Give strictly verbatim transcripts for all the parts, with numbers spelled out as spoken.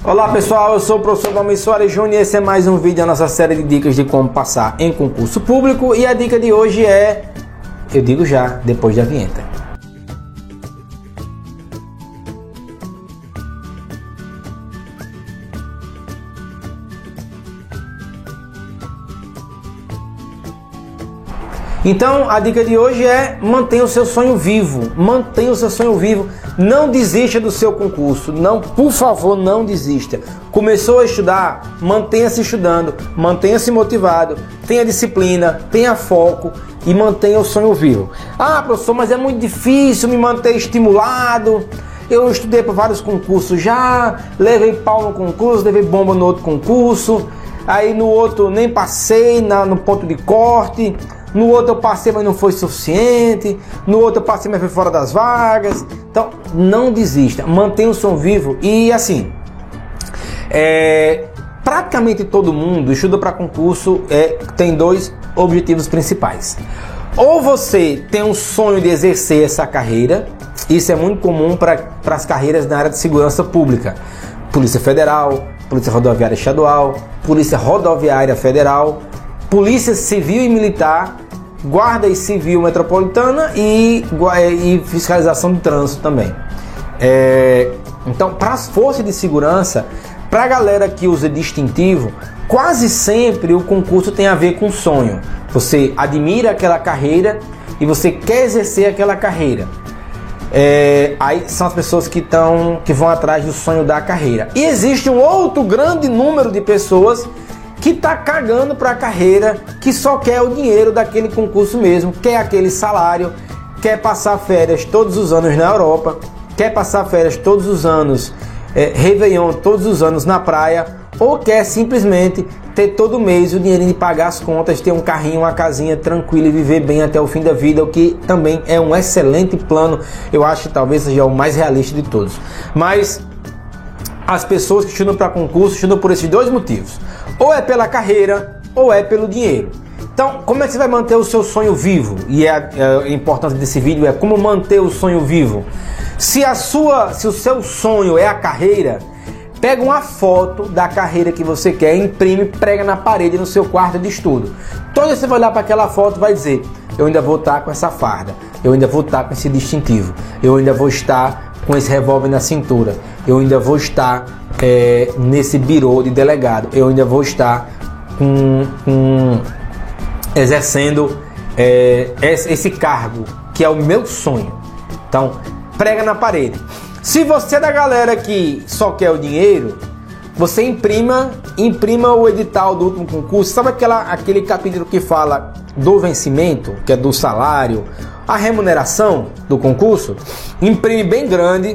Olá pessoal, eu sou o professor Valmir Soares Júnior e esse é mais um vídeo da nossa série de dicas de como passar em concurso público. E a dica de hoje é, eu digo já, depois da vinheta. Então, a dica de hoje é mantenha o seu sonho vivo, mantenha o seu sonho vivo, não desista do seu concurso, não, por favor, não desista. Começou a estudar, mantenha-se estudando, mantenha-se motivado, tenha disciplina, tenha foco e mantenha o sonho vivo. Ah, professor, mas é muito difícil me manter estimulado, eu estudei para vários concursos já, levei pau no concurso, levei bomba no outro concurso, aí no outro nem passei na, no ponto de corte, no outro eu passei, mas não foi suficiente. No outro eu passei, mas foi fora das vagas. Então, não desista. Mantenha o som vivo. E assim, é, praticamente todo mundo estuda para concurso, é, tem dois objetivos principais. Ou você tem um sonho de exercer essa carreira. Isso é muito comum para as carreiras na área de segurança pública. Polícia Federal, Polícia Rodoviária Estadual, Polícia Rodoviária Federal, Polícia Civil e Militar, Guarda Civil Metropolitana e, e Fiscalização de Trânsito também. É, então, para as forças de segurança, para a galera que usa distintivo, quase sempre o concurso tem a ver com sonho. Você admira aquela carreira e você quer exercer aquela carreira. É, aí são as pessoas que, tão, que vão atrás do sonho da carreira. E existe um outro grande número de pessoas que tá cagando para a carreira, que só quer o dinheiro daquele concurso mesmo, quer aquele salário, quer passar férias todos os anos na Europa, quer passar férias todos os anos, é, Réveillon todos os anos na praia, ou quer simplesmente ter todo mês o dinheiro de pagar as contas, ter um carrinho, uma casinha tranquila e viver bem até o fim da vida, o que também é um excelente plano. Eu acho que talvez seja o mais realista de todos. Mas as pessoas que estudam para concurso estudam por esses dois motivos. Ou é pela carreira, ou é pelo dinheiro. Então, como é que você vai manter o seu sonho vivo? E a, a importância desse vídeo é como manter o sonho vivo. Se, a sua, se o seu sonho é a carreira, pega uma foto da carreira que você quer, imprime, prega na parede no seu quarto de estudo. Todo dia você vai olhar para aquela foto e vai dizer, eu ainda vou estar com essa farda, eu ainda vou estar com esse distintivo, eu ainda vou estar com esse revólver na cintura, eu ainda vou estar é, nesse birô de delegado, eu ainda vou estar com, com, exercendo é, esse cargo, que é o meu sonho. Então, prega na parede. Se você é da galera que só quer o dinheiro, você imprima, imprima o edital do último concurso. Sabe aquela, aquele capítulo que fala do vencimento, que é do salário, a remuneração do concurso? Imprime bem grande,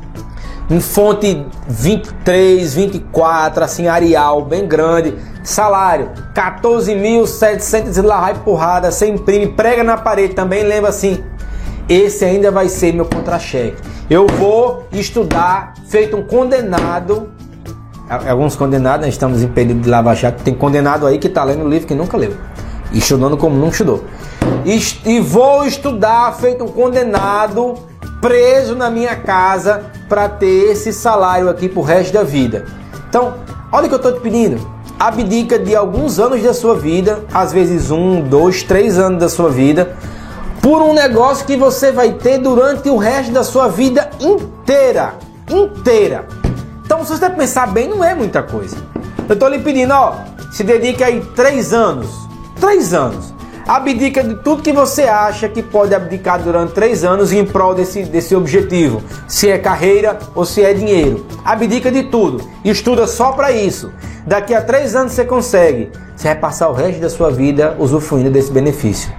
em fonte vinte e três, vinte e quatro, assim, Arial, bem grande. Salário, quatorze mil e setecentos e lá vai porrada. Você imprime, prega na parede também, lembra assim, esse ainda vai ser meu contra-cheque. Eu vou estudar feito um condenado. Alguns condenados, nós estamos em período de Lava Jato, tem condenado aí que está lendo o livro que nunca leu. E estudando como nunca estudou. E, e vou estudar feito um condenado, preso na minha casa, para ter esse salário aqui pro resto da vida. Então, olha o que eu estou te pedindo. Abdica de alguns anos da sua vida, às vezes um, dois, três anos da sua vida, por um negócio que você vai ter durante o resto da sua vida inteira. Inteira. Então, se você pensar bem, não é muita coisa. Eu estou lhe pedindo, ó, se dedique aí três anos. Três anos. Abdica de tudo que você acha que pode abdicar durante três anos em prol desse, desse objetivo. Se é carreira ou se é dinheiro. Abdica de tudo. Estuda só para isso. Daqui a três anos você consegue. Você vai passar o resto da sua vida usufruindo desse benefício.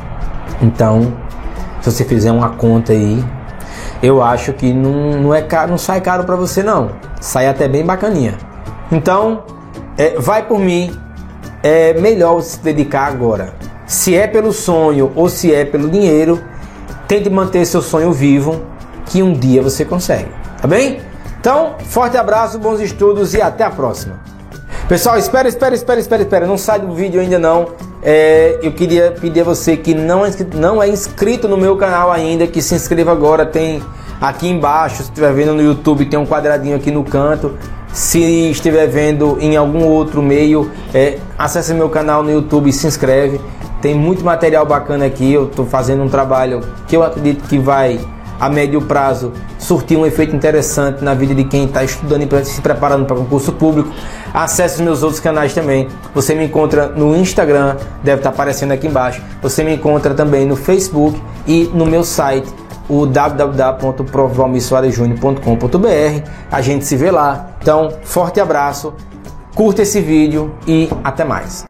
Então, se você fizer uma conta aí, eu acho que não, não, é caro, não sai caro para você não. Sai até bem bacaninha. Então, é, vai por mim. É melhor se dedicar agora. Se é pelo sonho ou se é pelo dinheiro, tente manter seu sonho vivo, que um dia você consegue. Tá bem? Então, forte abraço, bons estudos e até a próxima. Pessoal, espera, espera, espera, espera, espera. Não sai do vídeo ainda não. É, eu queria pedir a você que não é, inscrito, não é inscrito no meu canal ainda, que se inscreva agora. Tem aqui embaixo, se estiver vendo no YouTube, tem um quadradinho aqui no canto. Se estiver vendo em algum outro meio, é, acesse meu canal no YouTube e se inscreve. Tem muito material bacana aqui. Eu estou fazendo um trabalho que eu acredito que vai, a médio prazo, surtir um efeito interessante na vida de quem está estudando e se preparando para concurso público. Acesse os meus outros canais também. Você me encontra no Instagram, deve estar aparecendo aqui embaixo. Você me encontra também no Facebook e no meu site, o w w w ponto prof valmir soares júnior ponto com ponto b r. A gente se vê lá. Então, forte abraço, curta esse vídeo e até mais.